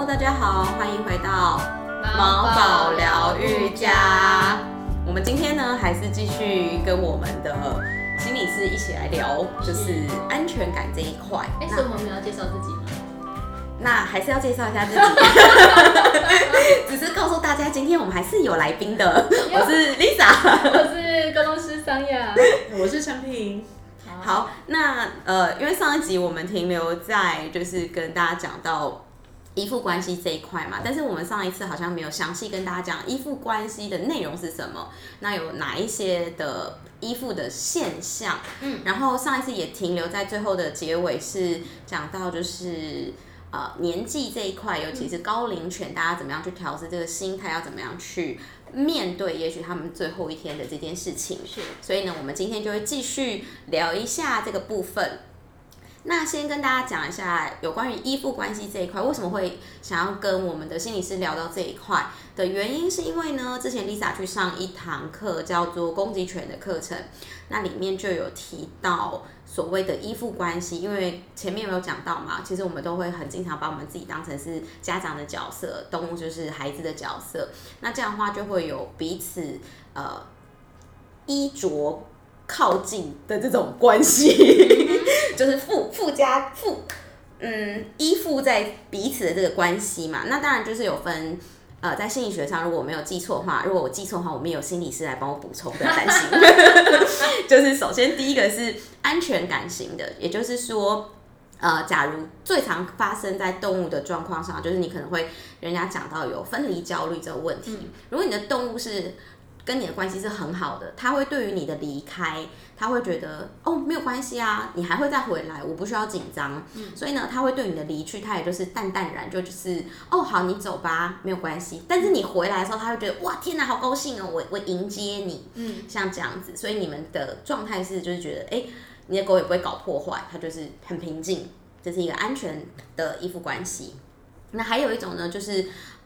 大家好，欢迎回到毛宝疗愈家。我们今天呢，还是继续跟我们的心理师一起来聊，就是安全感这一块。 所以我们没有要介绍自己吗？ 那还是要介绍一下自己，只是告诉大家，今天我们还是有来宾的。我是 Lisa， 我是沟通师桑雅， 我是陈平。 好，那因为上一集我们停留在就是跟大家讲到依附关系这一块嘛，但是我们上一次好像没有详细跟大家讲依附关系的内容是什么，那有哪一些的依附的现象，然后上一次也停留在最后的结尾是讲到就是年纪这一块，尤其是高龄犬，大家怎么样去调试这个心态，要怎么样去面对也许他们最后一天的这件事情。 是， 所以呢，我们今天就会继续聊一下这个部分。那先跟大家讲一下有关于依附关系这一块，为什么会想要跟我们的心理师聊到这一块的原因，是因为呢，之前 Lisa 去上一堂课叫做攻击犬的课程，那里面就有提到所谓的依附关系，因为前面有讲到嘛，其实我们都会很经常把我们自己当成是家长的角色，动物就是孩子的角色，那这样的话就会有彼此衣着靠近的这种关系，就是依附在彼此的这个关系嘛。那当然就是有分在心理学上，如果我没有记错的话，如果我记错的话，我们有心理师来帮我补充，不要担心。就是首先第一个是安全感型的，也就是说，假如最常发生在动物的状况上，就是你可能会人家讲到有分离焦虑这个问题。如果你的动物是跟你的关系是很好的，他会对于你的离开，他会觉得没有关系啊，你还会再回来，我不需要紧张。所以呢，他会对你的离去，他也就是淡淡然，就是好，你走吧，没有关系。但是你回来的时候，他会觉得哇，天哪，好高兴哦，我迎接你，像这样子。所以你们的状态是就是觉得你的狗也不会搞破坏，它就是很平静，这是一个安全的依附关系。那还有一种呢，就是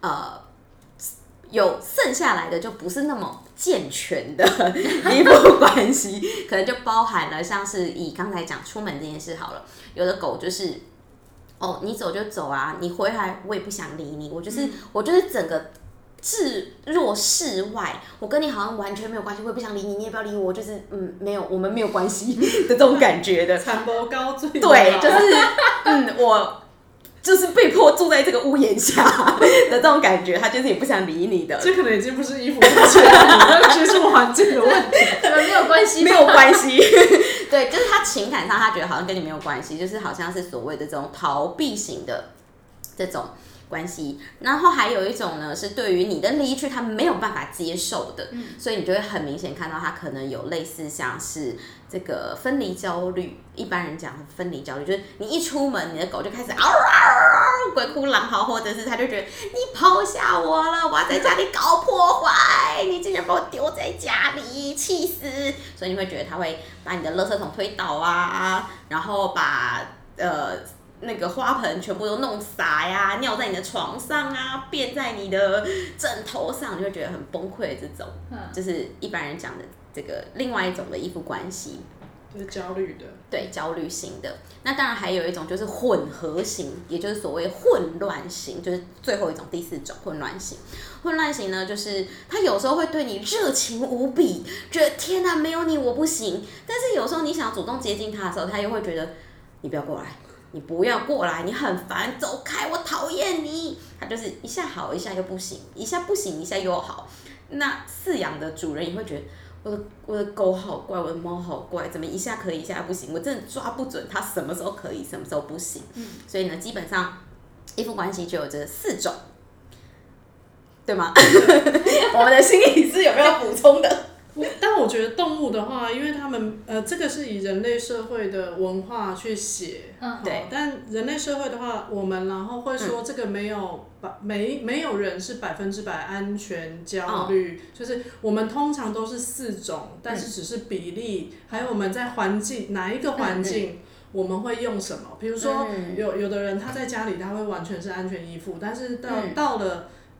有剩下来的就不是那么健全的依附关系，可能就包含了像是以刚才讲出门这件事好了，有的狗就是你走就走啊，你回来我也不想理你，我就是整个置若事外，我跟你好像完全没有关系，我也不想理你，你也不要理我，就是没有，我们没有关系的这种感觉的， 残波高最对，就是我就是被迫住在这个屋檐下的这种感觉，他就是也不想理你的。 这可能已经不是依附关系了，你居住环境的问题， 没有关系， 没有关系。对，就是他情感上他觉得好像跟你没有关系，就是好像是所谓的这种逃避型的这种关系。然后还有一种呢，是对于你的离去他没有办法接受的，所以你就会很明显看到他可能有类似像是这个分离焦虑。一般人讲分离焦虑，就是你一出门，你的狗就开始鬼哭狼嚎，或者是他就觉得你抛下我了，我要在家里搞破坏，你竟然把我丢在家里，气死！所以你会觉得他会把你的垃圾桶推倒啊，然后把那个花盆全部都弄洒呀，尿在你的床上啊，便在你的枕头上，你会觉得很崩溃的这种，就是一般人讲的这个另外一种的依附关系。 就是焦虑的， 对，焦虑型的。那当然还有一种就是混合型，也就是所谓混乱型，就是最后一种第四种混乱型。混乱型呢，就是他有时候会对你热情无比，觉得天哪，没有你我不行。但是有时候你想主动接近他的时候，他又会觉得你不要过来，你不要过来，你很烦，走开，我讨厌你。他就是一下好，一下又不行，一下不行，一下又好。那饲养的主人也会觉得我的狗好怪，我的猫好怪，怎么一下可以，一下不行？我真的抓不准它什么时候可以，什么时候不行。所以呢，基本上依附关系就有这4种，对吗？我们的心理师有没有补充的？ 但我觉得动物的话，因为他们这个是以人类社会的文化去写， 对。 但人类社会的话，我们然后会说这个没有人是100%安全焦虑，就是我们通常都是4种，但是只是比例，还有我们在环境哪一个环境。我们会用什么？比如说，有的人他在家里他会完全是安全依附，但是到了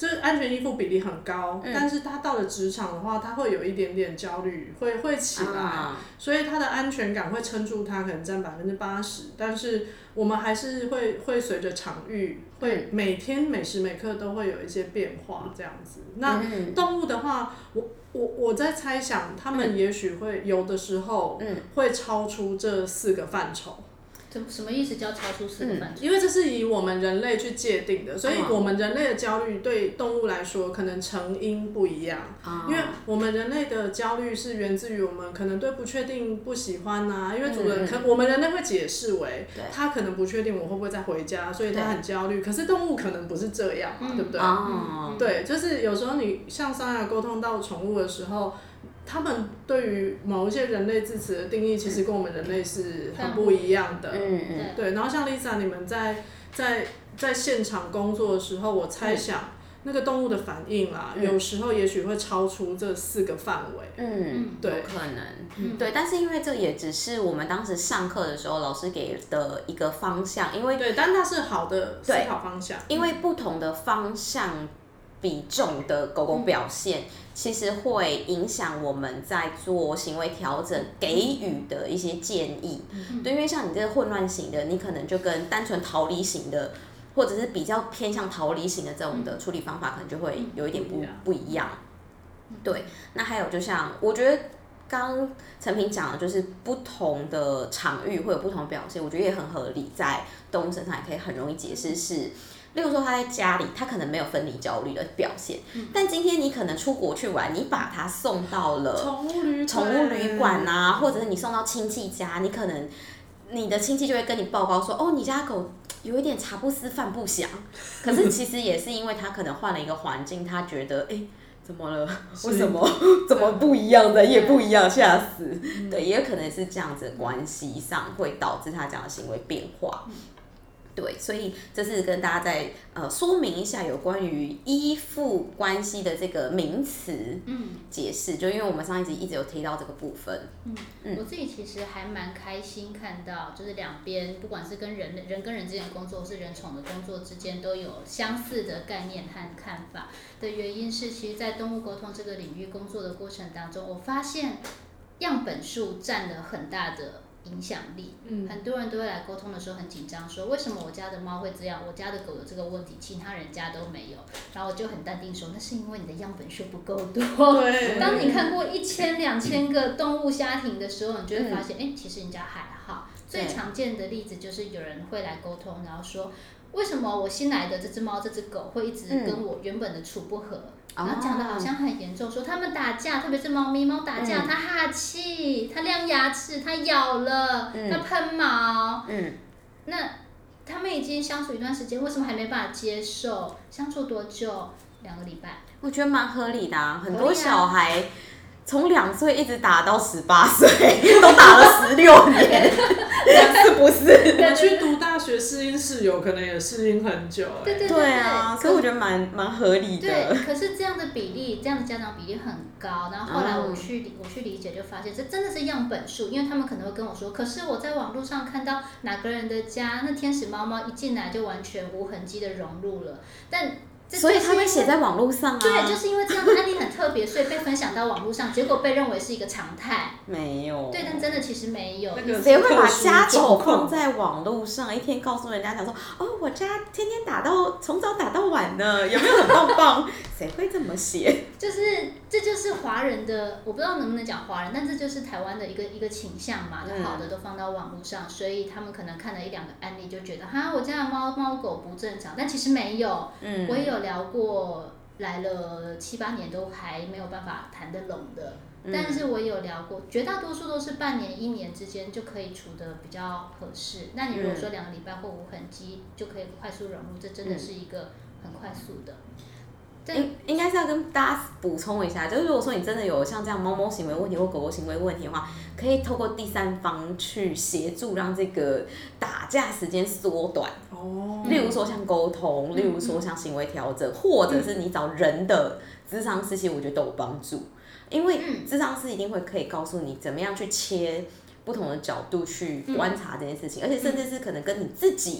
就是安全依附比例很高，但是他到了职场的话，他会有一点点焦虑，会起来，所以他的安全感会撑住他，可能占80%，但是我们还是会随着场域，会每天每时每刻都会有一些变化这样子。那动物的话，我在猜想，他们也许会有的时候会超出这4个范畴。 什么意思叫超出4个范畴？ 因为这是以我们人类去界定的，所以我们人类的焦虑对动物来说可能成因不一样。因为我们人类的焦虑是源自于我们可能对不确定不喜欢啊，因为主人我们人类会解释为他可能不确定我会不会再回家，所以他很焦虑。可是动物可能不是这样嘛，对不对？对，就是有时候你像桑雅沟通到宠物的时候。他们对于某一些人类字词的定义，其实跟我们人类是很不一样的。对。然后像 Lisa， 你们在现场工作的时候，我猜想那个动物的反应啦，有时候也许会超出这4个范围。对， 有可能。对，但是因为这也只是我们当时上课的时候老师给的一个方向，因为对，但它是好的思考方向。 因为不同的方向比重的狗狗表现。其实会影响我们在做行为调整给予的一些建议。对，因为像你这个混乱型的，你可能就跟单纯逃离型的，或者是比较偏向逃离型的这种的处理方法，可能就会有一点不一样。对，那还有就像我觉得刚刚陈平讲的，就是不同的场域会有不同的表现，我觉得也很合理，在动物身上也可以很容易解释是。例如说他在家里，他可能没有分离焦虑的表现，但今天你可能出国去玩，你把他送到了宠物旅馆啊，或者是你送到亲戚家，你可能你的亲戚就会跟你报告说，哦，你家狗有一点茶不思饭不想，可是其实也是因为他可能换了一个环境，他觉得怎么了？为什么？怎么不一样？人也不一样，吓死！对，也有可能是这样子的关系上会导致他这样的行为变化。对，所以这是跟大家再说明一下有关于依附关系的这个名词解释，就因为我们上一集一直有提到这个部分。 我自己其实还蛮开心看到，就是两边不管是跟人跟人之间的工作，或是人宠的工作之间，都有相似的概念和看法的原因是，其实，在动物沟通这个领域工作的过程当中，我发现样本数占了很大的影响力。很多人都会来沟通的时候很紧张，说为什么我家的猫会这样，我家的狗有这个问题，其他人家都没有。然后我就很淡定说，那是因为你的样本数不够多。当你看过1000、2000个动物家庭的时候，你就会发现，其实人家还好。最常见的例子就是有人会来沟通，然后说，为什么我新来的这只猫、这只狗会一直跟我原本的处不合？然后讲的好像很严重，说他们打架，特别是猫打架，它哈气，它亮牙齿，它咬了，它喷毛。那他们已经相处一段时间，为什么还没办法接受？相处多久？2个礼拜。 我觉得蛮合理的啊，很多小孩从2岁一直打到18岁，都打了16年，是不是？ 我去读大学适应室友，可能也适应很久。 对啊，所以我觉得蛮合理的。 对，可是这样的比例，这样的家长比例很高。然后后来我去理解，就发现这真的是样本数，因为他们可能会跟我说，可是我在网络上看到哪个人的家，那天使猫猫一进来就完全无痕迹的融入了，但。 所以他会写在网络上啊。 对，就是因为这样的案例很特别，所以被分享到网络上，结果被认为是一个常态。 没有。 对，但真的其实没有。 谁会把家丑放在网络上，一天告诉人家讲说，哦，我家天天从早打到晚的，有没有很棒棒？谁会这么写？ 这就是华人的，我不知道能不能讲华人，但这就是台湾的一个倾向嘛，就好的都放到网络上，所以他们可能看了1、2个案例就觉得，哈，我家的猫狗不正常，但其实没有。我也有聊过，来了7、8年都还没有办法谈得拢的，但是我也有聊过，绝大多数都是半年、1年之间就可以处得比较合适。那你如果说2个礼拜或无痕迹就可以快速融入，这真的是一个很快速的。 应该是要跟大家补充一下，就是如果说你真的有像这样猫行为问题或狗行为问题的话，可以透过第三方去协助，让这个打架时间缩短。例如说像沟通，例如说像行为调整，或者是你找人的咨商师，其实我觉得都有帮助，因为咨商师一定会可以告诉你怎么样去切不同的角度去观察这件事情，而且甚至是可能跟你自己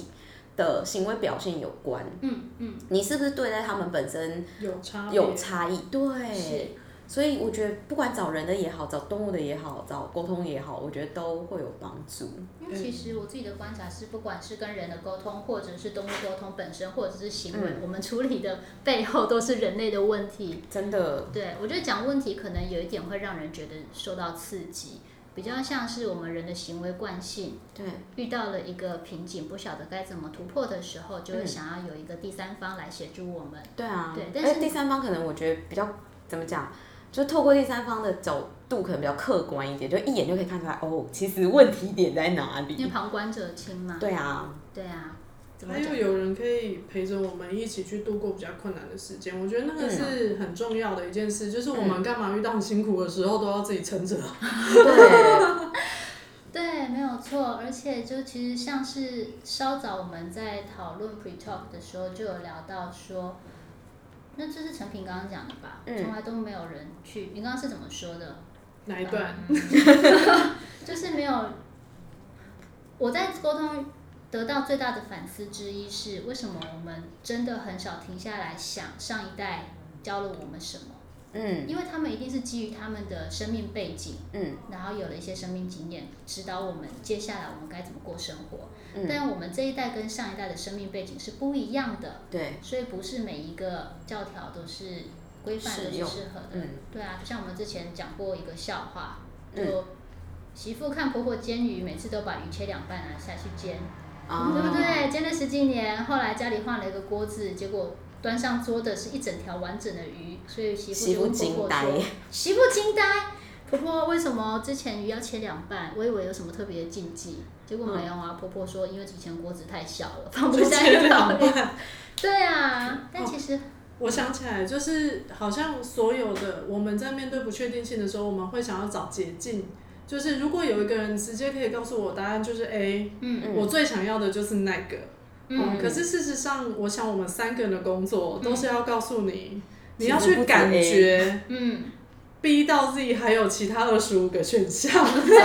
的行为表现有关。你是不是对待他们本身有差异？对。所以我觉得，不管找人的也好，找动物的也好，找沟通也好，我觉得都会有帮助。 因为其实我自己的观察是，不管是跟人的沟通，或者是动物沟通本身，或者是行为，我们处理的背后都是人类的问题。 真的。 对，我觉得讲问题可能有一点会让人觉得受到刺激，比较像是我们人的行为惯性。 对。遇到了一个瓶颈，不晓得该怎么突破的时候，就会想要有一个第三方来协助我们。 对啊。 对，但是第三方可能我觉得比较怎么讲？就透过第三方的角度，可能比较客观一点，就一眼就可以看出来，其实问题点在哪里。 因为旁观者清嘛。 对啊。 对啊。 还有人可以陪着我们一起去度过比较困难的时间，我觉得那个是很重要的一件事，就是我们干嘛遇到很辛苦的时候都要自己撑着。 对。 对，没有错，而且就其实像是稍早我们在讨论 pre-talk 的时候就有聊到说。那这是陈平刚刚讲的吧？从来都没有人去。你刚刚是怎么说的？ 哪一段？ 就是没有。我在沟通得到最大的反思之一是，为什么我们真的很少停下来想上一代教了我们什么？因为他们一定是基于他们的生命背景，然后有了一些生命经验，指导我们接下来我们该怎么过生活。但我们这一代跟上一代的生命背景是不一样的， 对， 所以不是每一个教条都是规范的、是适合的。对啊，就像我们之前讲过一个笑话，就媳妇看婆婆煎鱼，每次都把鱼切两半拿下去煎，对不对？煎了10几年，后来家里换了一个锅子，结果端上桌的是一整条完整的鱼，所以媳妇就问婆婆说：“媳妇惊呆，婆婆为什么之前鱼要切两半？我以为有什么特别的禁忌。”结果没有啊，婆婆说因为以前锅子太小了，放不下一条鱼。对啊，但其实我想起来，就是好像所有的我们在面对不确定性的时候，我们会想要找捷径。就是如果有一个人直接可以告诉我答案就是 A，我最想要的就是那个。可是事实上，我想我们3个人的工作都是要告诉你，你要去感觉，逼到自己还有其他25个选项。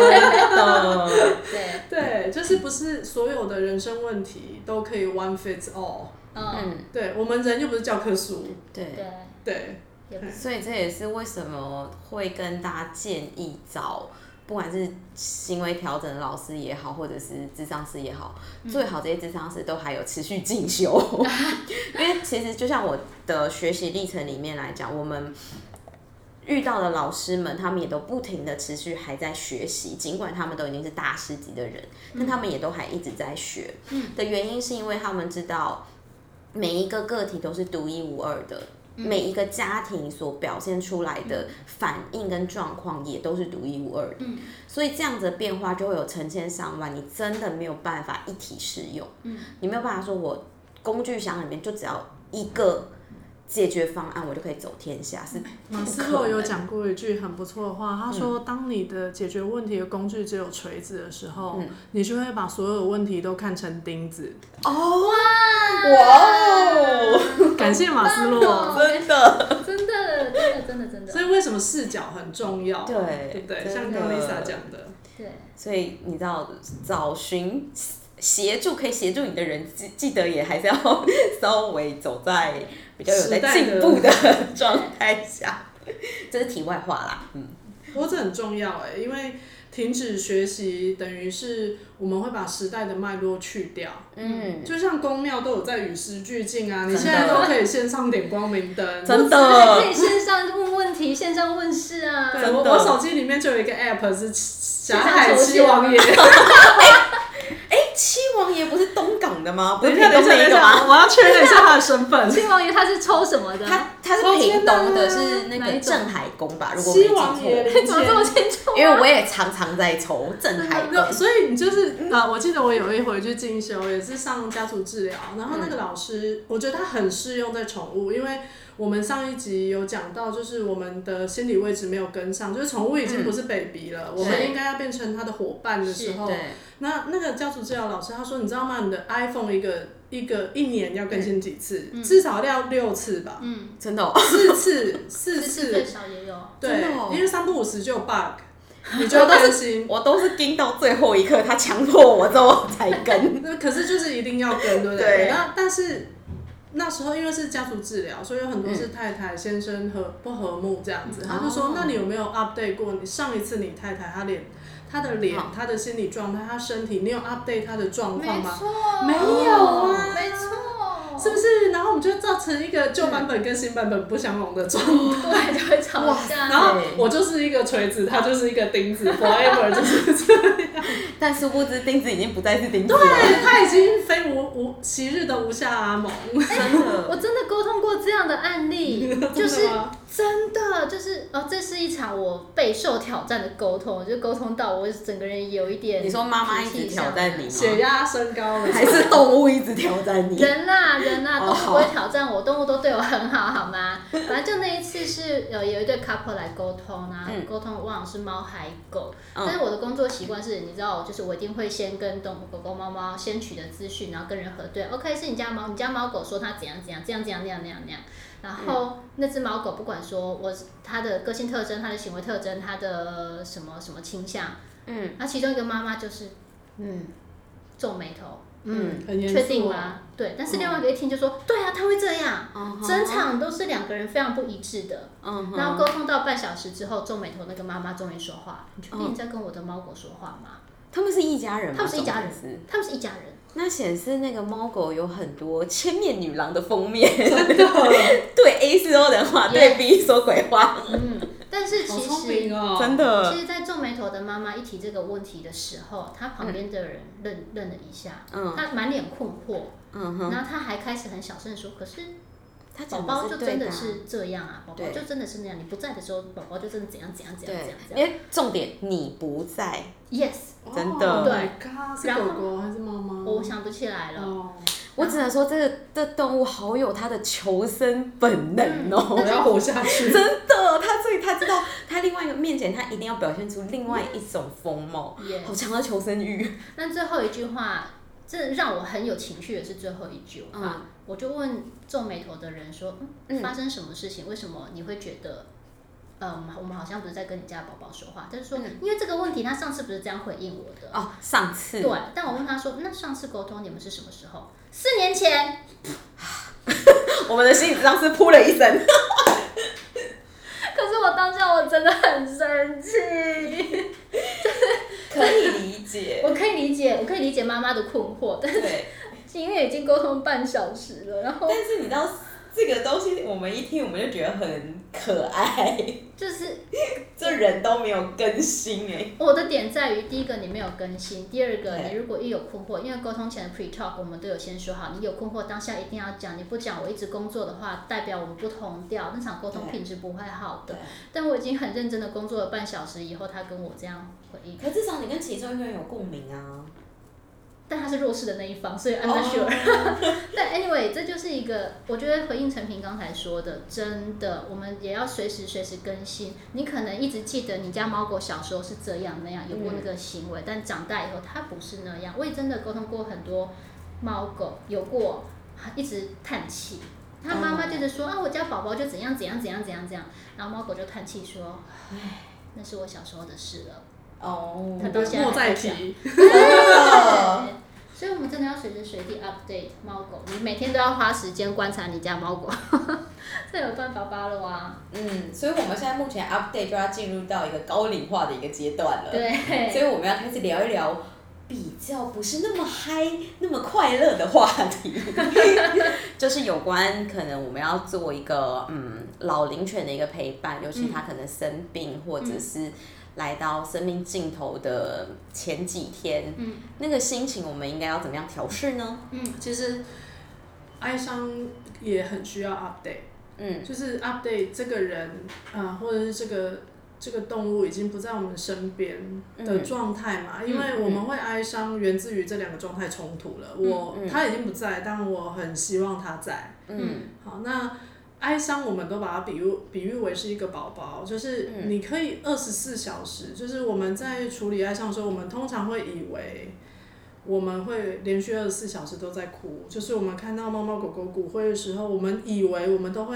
对，就是不是所有的人生问题都可以 one fits all。对，我们人又不是教科书。对。 所以这也是为什么会跟大家建议找。不管是行为调整的老师也好，或者是諮商师也好，最好这些諮商师都还有持续进修。因为其实就像我的学习历程里面来讲，我们遇到的老师们，他们也都不停的持续还在学习，尽管他们都已经是大师级的人，但他们也都还一直在学。的原因是因为他们知道每一个个体都是独一无二的。每一个家庭所表现出来的反应跟状况也都是独一无二的，所以这样子的变化就会有成千上万，你真的没有办法一体适用，你没有办法说我工具箱里面就只要一个解决方案我就可以走天下，是马斯洛有讲过一句很不错的话，他说当你的解决问题的工具只有锤子的时候，你就会把所有问题都看成钉子。 哇！ 感谢马斯洛， 真的。 所以为什么视角很重要？ 对不对？像刚 Lisa 讲的， 对。 所以你知道，找寻协助可以协助你的人，记得也还是要稍微走在比较有在进步的状态下。这是题外话啦， 不过这很重要因为停止学习等于是我们会把时代的脉络去掉。就像宫庙都有在与时俱进啊，你现在都可以线上点光明灯， 真的可以线上问问题，线上问事啊。 对，我手机里面就有一个 app 是霞海七王爷。 七王爷不是东港的吗？不是屏东那个吗？我要确认一下他的身份。 七王爷他是抽什么的？ 他是屏东的，是那个镇海宫吧？如果没记错。 你怎么这么清楚？ 因为我也常常在抽镇海宫。 所以你就是我记得我有一回去进修，也是上家族治疗，然后那个老师，我觉得他很适用在宠物，因为我们上一集有讲到，就是我们的心理位置没有跟上，就是宠物已经不是 baby 了，我们应该要变成他的伙伴的时候，那个家族治疗老师他说，你知道吗？你的 iPhone 一年要更新几次？至少要6次吧。 真的哦。 4次最少也有。 对，因为3不5时就有 bug。 你就更新。 我都是盯到最后一刻，他强迫我之后才跟。 那可是就是一定要跟，对不对？但是那时候因为是家族治疗，所以有很多是太太先生不和睦这样子。他就说，那你有没有 update 过你上一次你太太她的脸、她的心理状态、她身体，你有 update 她的状况吗？没有啊， 没错。 是不是？然后我们就造成一个旧版本跟新版本不相容的状态， 对，就会吵架。 然后我就是一个锤子，他就是一个钉子 ，forever 就是这样。 但殊不知钉子已经不再是钉子了， 对，他已经非昔日的无下阿蒙。 真的， 我真的沟通过这样的案例，就是真的就是这是一场我备受挑战的沟通，就沟通到我整个人有一点。 你说妈妈一直挑战你吗？ 血压升高了， 还是动物一直挑战你？ 人啦，动物不会挑战我，动物都对我很好，好吗？反正就那一次是有一对 couple 来沟通啊，沟通忘了是猫还狗，但是我的工作习惯是，你知道，就是我一定会先跟狗狗、猫猫先取得资讯，然后跟人核对 ，OK 是你家猫狗说它怎样怎样，这样那样。然后那只猫狗不管说它的个性特征、它的行为特征、它的什么什么倾向，那其中一个妈妈就是皱眉头。 很严肃。 确定吗？对，但是另外一个一听就说，对啊，他会这样，整场都是两个人非常不一致的。然后沟通到半小时之后，皱眉头那个妈妈终于说话，你确定你在跟我的猫狗说话吗？ 他们是一家人吗？ 他们是一家人。 那显示那个猫狗有很多千面女郎的封面， 真的对 A 说人话，对 B 说鬼话。 但是其实真的， 其实，在皱眉头的妈妈一提这个问题的时候，她旁边的人愣了一下，她满脸困惑，然后她还开始很小声的说：“可是。”宝宝就真的是这样啊，宝宝就真的是那样。你不在的时候，宝宝就真的怎样。 因为重点你不在 ，yes， 真的。 对， 是狗狗还是猫猫？ 我想不起来了。 我只能说，这动物好有它的求生本能哦， 我要活下去。 真的，所以他知道，他另外一个面前，他一定要表现出另外一种风貌，好强的求生欲。 那最后一句话，这让我很有情绪的是最后一句话。我就问皱眉头的人说：“发生什么事情？为什么你会觉得，我们好像不是在跟你家宝宝说话？”他就说：“因为这个问题，他上次不是这样回应我的。” 哦，上次。 对，但我问他说：“那上次沟通你们是什么时候？4年前。” 我们的心理上是扑了一声。 可是我当下我真的很生气。 可以理解， 我可以理解妈妈的困惑，但是因为已经沟通半小时了，然后但是你知道这个东西，我们一听我们就觉得很可爱， 就是这人都没有更新哎。 我的点在于，第一个你没有更新，第二个你如果一有困惑，因为沟通前的 pre talk 我们都有先说好，你有困惑当下一定要讲，你不讲我一直工作的话，代表我们不同调，那场沟通品质不会好的。但我已经很认真的工作了半小时以后，他跟我这样回应， 可至少你跟其中一个人有共鸣啊。 但他是弱势的那一方，所以 I'm not sure。但 anyway， 这就是一个，我觉得回应陈平刚才说的，真的，我们也要随时更新。你可能一直记得你家猫狗小时候是这样那样，有过那个行为，但长大以后它不是那样。我也真的沟通过很多猫狗，有过一直叹气，他妈妈接着说我家宝宝就怎样，然后猫狗就叹气说，唉，那是我小时候的事了。他到现在还在讲。对，所以我们真的要随时随地 update 猫狗，你每天都要花时间观察你家猫狗，这有办法了啊。 所以我们现在目前 update 就要进入到一个高龄化的一个阶段了。 对， 所以我们要开始聊一聊比较不是那么嗨、那么快乐的话题，就是有关可能我们要做一个老龄犬的一个陪伴，尤其它可能生病或者是来到生命尽头的前几天，那个心情我们应该要怎么样调试呢？ 其实哀伤也很需要 update，就是 update 这个人或者是这个动物已经不在我们身边的状态嘛，因为我们会哀伤源自于这两个状态冲突了。他已经不在，但我很希望他在。好，那哀伤我们都把它比喻为是一个宝宝，就是你可以24小时，就是我们在处理哀伤的时候，我们通常会以为我们会连续24小时都在哭，就是我们看到猫猫狗狗骨灰的时候，我们以为我们都会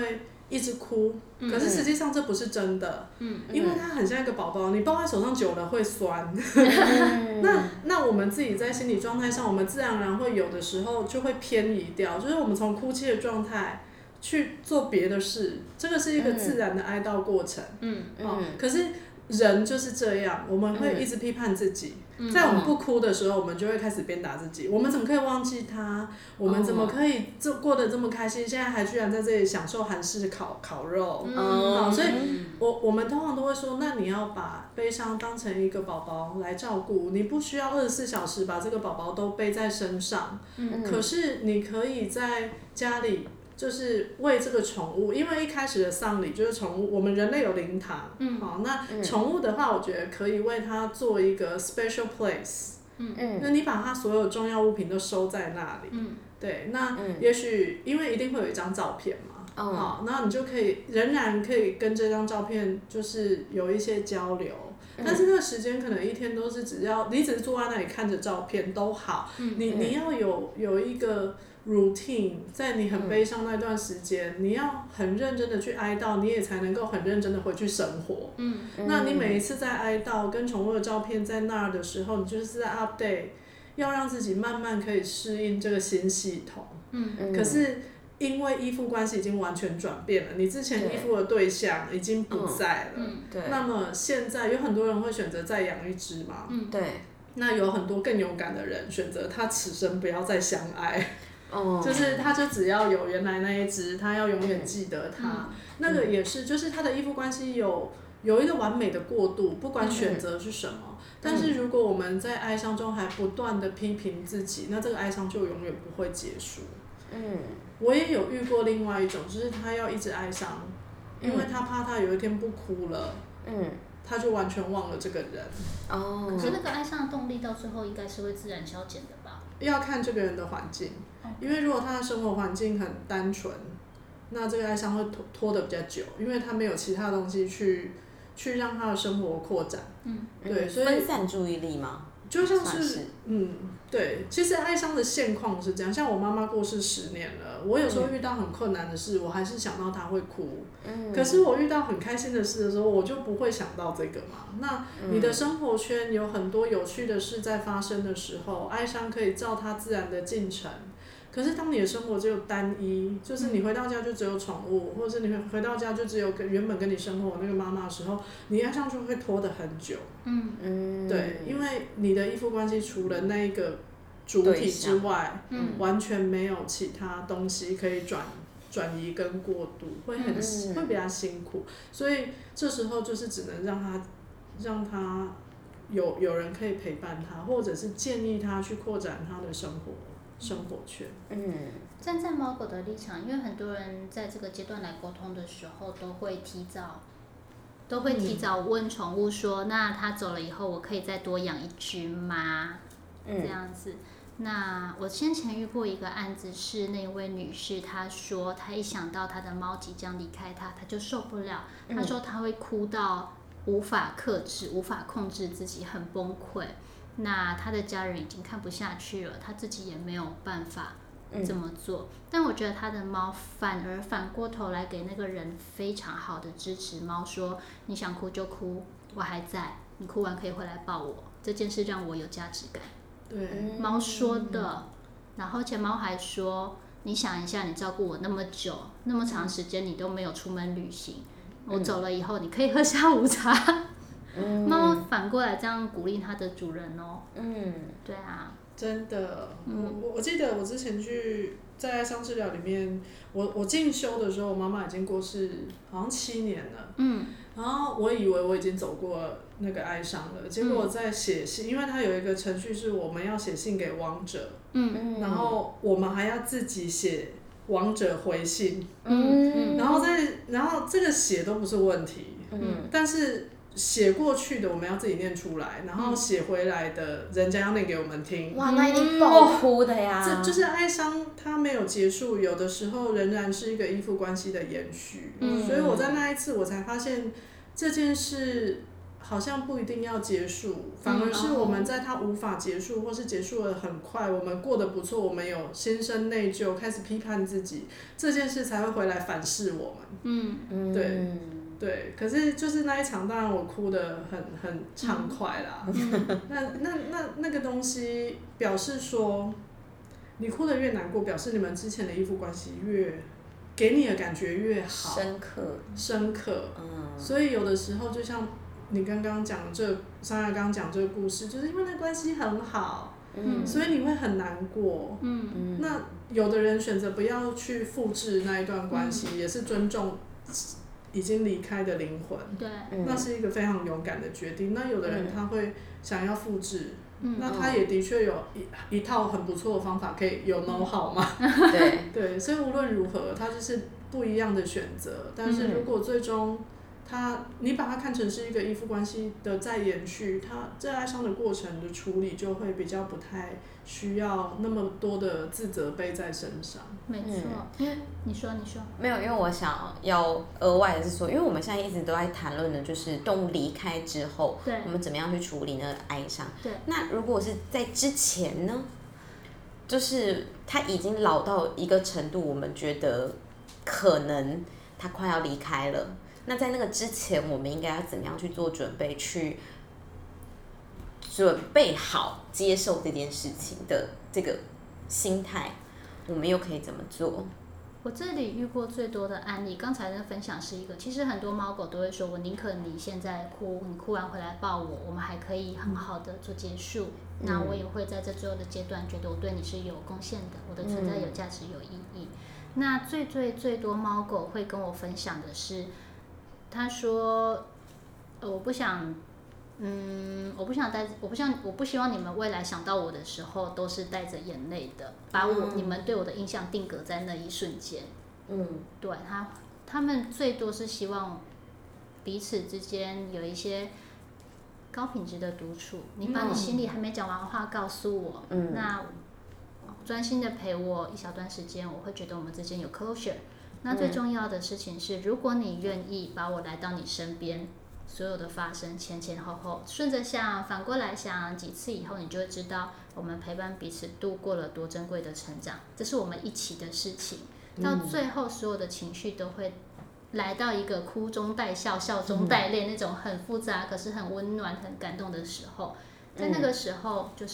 一直哭，可是实际上这不是真的，因为它很像一个宝宝，你抱在手上久了会酸。那我们自己在心理状态上，我们自然而然会有的时候就会偏移掉，就是我们从哭泣的状态去做别的事，这个是一个自然的哀悼过程。可是人就是这样，我们会一直批判自己。在我们不哭的时候，我们就会开始鞭打自己。我们怎么可以忘记他？我们怎么可以过得这么开心？现在还居然在这里享受韩式烤肉。所以我们通常都会说，那你要把悲伤当成一个宝宝来照顾，你不需要24小时把这个宝宝都背在身上。可是你可以在家里。就是为这个宠物，因为一开始的丧礼就是宠物，我们人类有灵堂，那宠物的话，我觉得可以为它做一个 special place，那你把它所有重要物品都收在那里，对，那也许因为一定会有一张照片嘛，好，那你就仍然可以跟这张照片就是有一些交流。但是那个时间可能一天都是你只是坐在那里看着照片都好，你要有一个 routine， 在你很悲伤那段时间，你要很认真的去哀悼，你也才能够很认真的回去生活。那你每一次在哀悼跟宠物的照片在那儿的时候，你就是在 update， 要让自己慢慢可以适应这个新系统。可是因为依附关系已经完全转变了，你之前依附的对象已经不在了，那么现在有很多人会选择再养一只嘛， 对， 那有很多更勇敢的人选择他此生不要再相爱，就是他就只要有原来那一只，他要永远记得他，那个也是，就是他的依附关系有一个完美的过渡，不管选择是什么，但是如果我们在哀伤中还不断的批评自己，那这个哀伤就永远不会结束。我也有遇过另外一种，就是他要一直哀伤，因为他怕他有一天不哭了，他就完全忘了这个人。 可是那个哀伤的动力到最后应该是会自然消减的吧？ 要看这个人的环境，因为如果他的生活环境很单纯，那这个哀伤会拖得比较久，因为他没有其他东西去让他的生活扩展。对，所以分散注意力吗？ 就像是对，其实哀伤的现况是这样，像我妈妈过世10年了，我有时候遇到很困难的事，我还是想到她会哭，可是我遇到很开心的事的时候，我就不会想到这个嘛。那你的生活圈有很多有趣的事在发生的时候，哀伤可以照它自然的进程。可是当你的生活只有单一，就是你回到家就只有宠物，或者是你回到家就只有原本跟你生活那个妈妈的时候，你哀伤就会拖得很久。对，因为你的依附关系除了那一个主体之外，完全没有其他东西可以转移跟过渡，会比较辛苦，所以这时候就是只能让他有人可以陪伴他，或者是建议他去扩展他的生活圈。 站在猫狗的立场，因为很多人在这个阶段来沟通的时候，都会提早问宠物说，那它走了以后，我可以再多养一只吗？这样子。那我先前遇过一个案子，是那位女士，她说她一想到她的猫即将离开她就受不了，她说她会哭到无法克制、无法控制自己，很崩溃。那他的家人已经看不下去了，他自己也没有办法这么做。但我觉得他的猫反过头来给那个人非常好的支持。猫说：“你想哭就哭，我还在，你哭完可以回来抱我。”这件事让我有价值感。 对， 猫说的。然后且猫还说：“你想一下，你照顾我那么久，那么长时间，你都没有出门旅行，我走了以后，你可以喝下午茶。”猫反过来这样鼓励它的主人哦。对啊， 真的。我记得我之前在哀伤治疗里面，我进修的时候，我妈妈已经过世好像7年了。然后我以为我已经走过那个哀伤了，结果我在写信，因为它有一个程序是我们要写信给亡者，然后我们还要自己写亡者回信，然后这个写都不是问题，但是写过去的我们要自己念出来，然后写回来的人家要念给我们听。 哇，那一定爆哭的呀！ 这就是哀伤，它没有结束，有的时候仍然是一个依附关系的延续。所以我在那一次我才发现这件事好像不一定要结束，反而是我们在它无法结束，或是结束的很快，我们过得不错，我们有心生内疚，开始批判自己，这件事才会回来反噬我们。对对，可是就是那一场，当然我哭得很畅快啦。那个东西表示说，你哭得越难过，表示你们之前的依附关系越给你的感觉越好，深刻。所以有的时候就像你刚刚讲莎雅刚刚讲这个故事，就是因为那关系很好，所以你会很难过。那有的人选择不要去复制那一段关系，也是尊重已经离开的灵魂。 对， 那是一个非常勇敢的决定。那有的人他会想要复制。那他也的确有一套很不错的方法，可以有 know how 嘛？对，所以无论如何，他就是不一样的选择。但是如果最终你把它看成是一个依附关系的再延续，它在哀伤的过程的处理就会比较不太需要那么多的自责背在身上。 没错，你说。 没有，因为我想要额外的是说，因为我们现在一直都在谈论的就是动物离开之后，我们怎么样去处理那个哀伤。 对。 那如果是在之前呢，就是他已经老到一个程度，我们觉得可能他快要离开了。那在那个之前，我们应该要怎么样去做准备，去准备好接受这件事情的这个心态，我们又可以怎么做？ 我这里遇过最多的案例，刚才的分享是一个，其实很多猫狗都会说，我宁可你现在哭，你哭完回来抱我，我们还可以很好的做结束。那我也会在这最后的阶段觉得我对你是有贡献的，我的存在有价值有意义。那最多猫狗会跟我分享的是，他说，我不希望你们未来想到我的时候都是带着眼泪的，把你们对我的印象定格在那一瞬间。对，他们最多是希望彼此之间有一些高品质的独处，你把你心里还没讲完的话告诉我，那专心的陪我一小段时间，我会觉得我们之间有 closure。那最重要的事情是，如果你愿意把我来到你身边，所有的发生前后后，顺着想，反过来想几次以后，你就会知道我们陪伴彼此度过了多珍贵的成长，这是我们一起的事情。到最后，所有的情绪都会来到一个哭中带笑，笑中带泪，那种很复杂可是很温暖、很感动的时候，在那个时候就是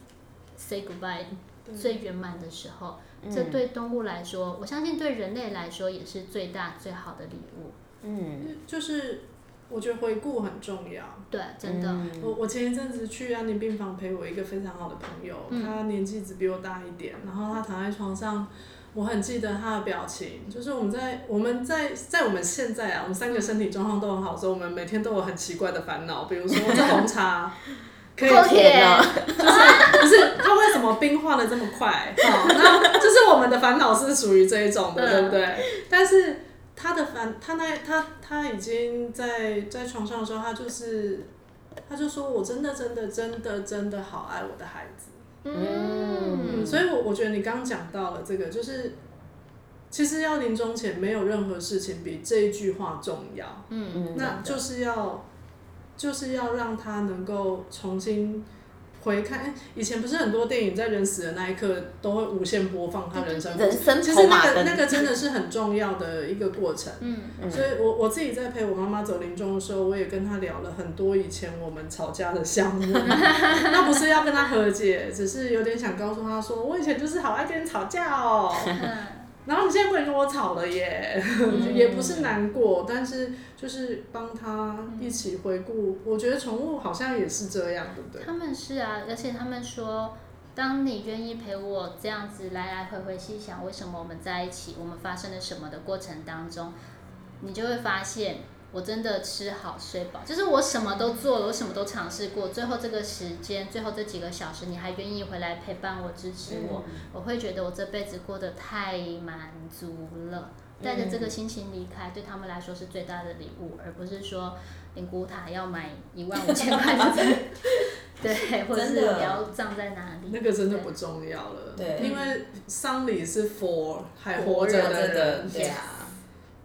say goodbye 最圆满的时候。这对动物来说，我相信对人类来说也是最大最好的礼物。 就是我觉得回顾很重要。 对，真的。 我前一阵子去安宁病房陪我一个非常好的朋友，他年纪只比我大一点，然后他躺在床上，我很记得他的表情，就是我们在我们现在啊，我们三个身体状况都很好的时候，我们每天都有很奇怪的烦恼，比如说这红茶可以甜了， 就是它为什么冰化的这么快？那就是我们的烦恼是属于这一种的，对不对？但是他已经在床上的时候，他就说我真的好爱我的孩子。所以我觉得你刚刚讲到了这个，就是其实要临终前没有任何事情比这一句话重要。那就是要让他能够重新回看。以前不是很多电影在人死的那一刻都会无限播放他人生其实那个真的是很重要的一个过程。所以我自己在陪我妈妈走临终的时候，我也跟她聊了很多以前我们吵架的项目。那不是要跟她和解，只是有点想告诉她说，我以前就是好爱跟人吵架哦。然后你现在不能跟我吵了耶。也不是难过，但是就是帮他一起回顾。我觉得宠物好像也是这样，对不对？ 他们是啊，而且他们说，当你愿意陪我这样子来来回回细想为什么我们在一起，我们发生了什么的过程当中，你就会发现我真的吃好睡饱，就是我什么都做了，我什么都尝试过，最后这个时间，最后这几个小时，你还愿意回来陪伴我、支持我，我会觉得我这辈子过得太满足了。带着这个心情离开，对他们来说是最大的礼物，而不是说灵骨塔要买15000块的，对，或者是你要葬在哪里， 那个真的不重要了。 对， 因为丧礼是 for 还活着的人。 对啊。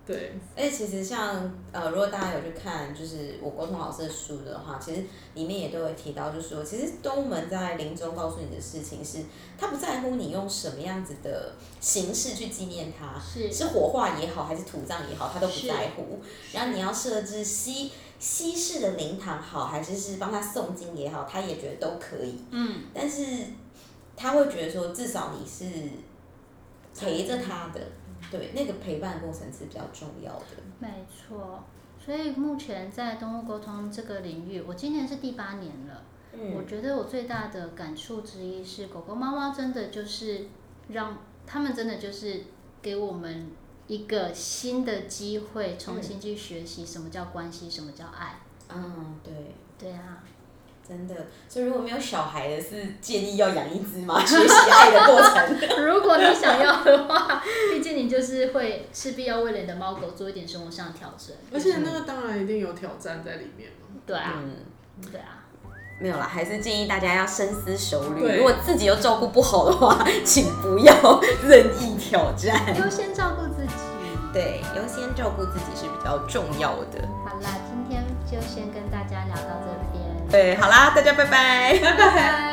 对， 而且其实像如果大家有去看就是我沟通老师的书的话，其实里面也都会提到，就是说，其实动物们在临终告诉你的事情是，他不在乎你用什么样子的形式去纪念他，是火化也好，还是土葬也好，他都不在乎。然后你要设置西式的灵堂好，还是帮他诵经也好，他也觉得都可以。但是他会觉得说，至少你是陪着他的。对，那个陪伴过程是比较重要的。 没错，所以目前在动物沟通这个领域，我今年是第8年了。我觉得我最大的感触之一是，狗狗、猫猫真的就是让他们真的就是给我们一个新的机会，重新去学习什么叫关系，什么叫爱。 对。 对啊。 真的，所以如果没有小孩的，是建议要养一只吗？学习爱的过程。 如果你想要的话，毕竟你就是会势必要为了你的猫狗做一点生活上的调整。 而且那个当然一定有挑战在里面嘛。 对啊，对啊。 没有啦，还是建议大家要深思熟虑。如果自己又照顾不好的话，请不要任意挑战。 优先照顾自己。 对，优先照顾自己是比较重要的。 好啦，今天就先跟大家聊到这边。 对，好啦，大家拜拜， 拜拜。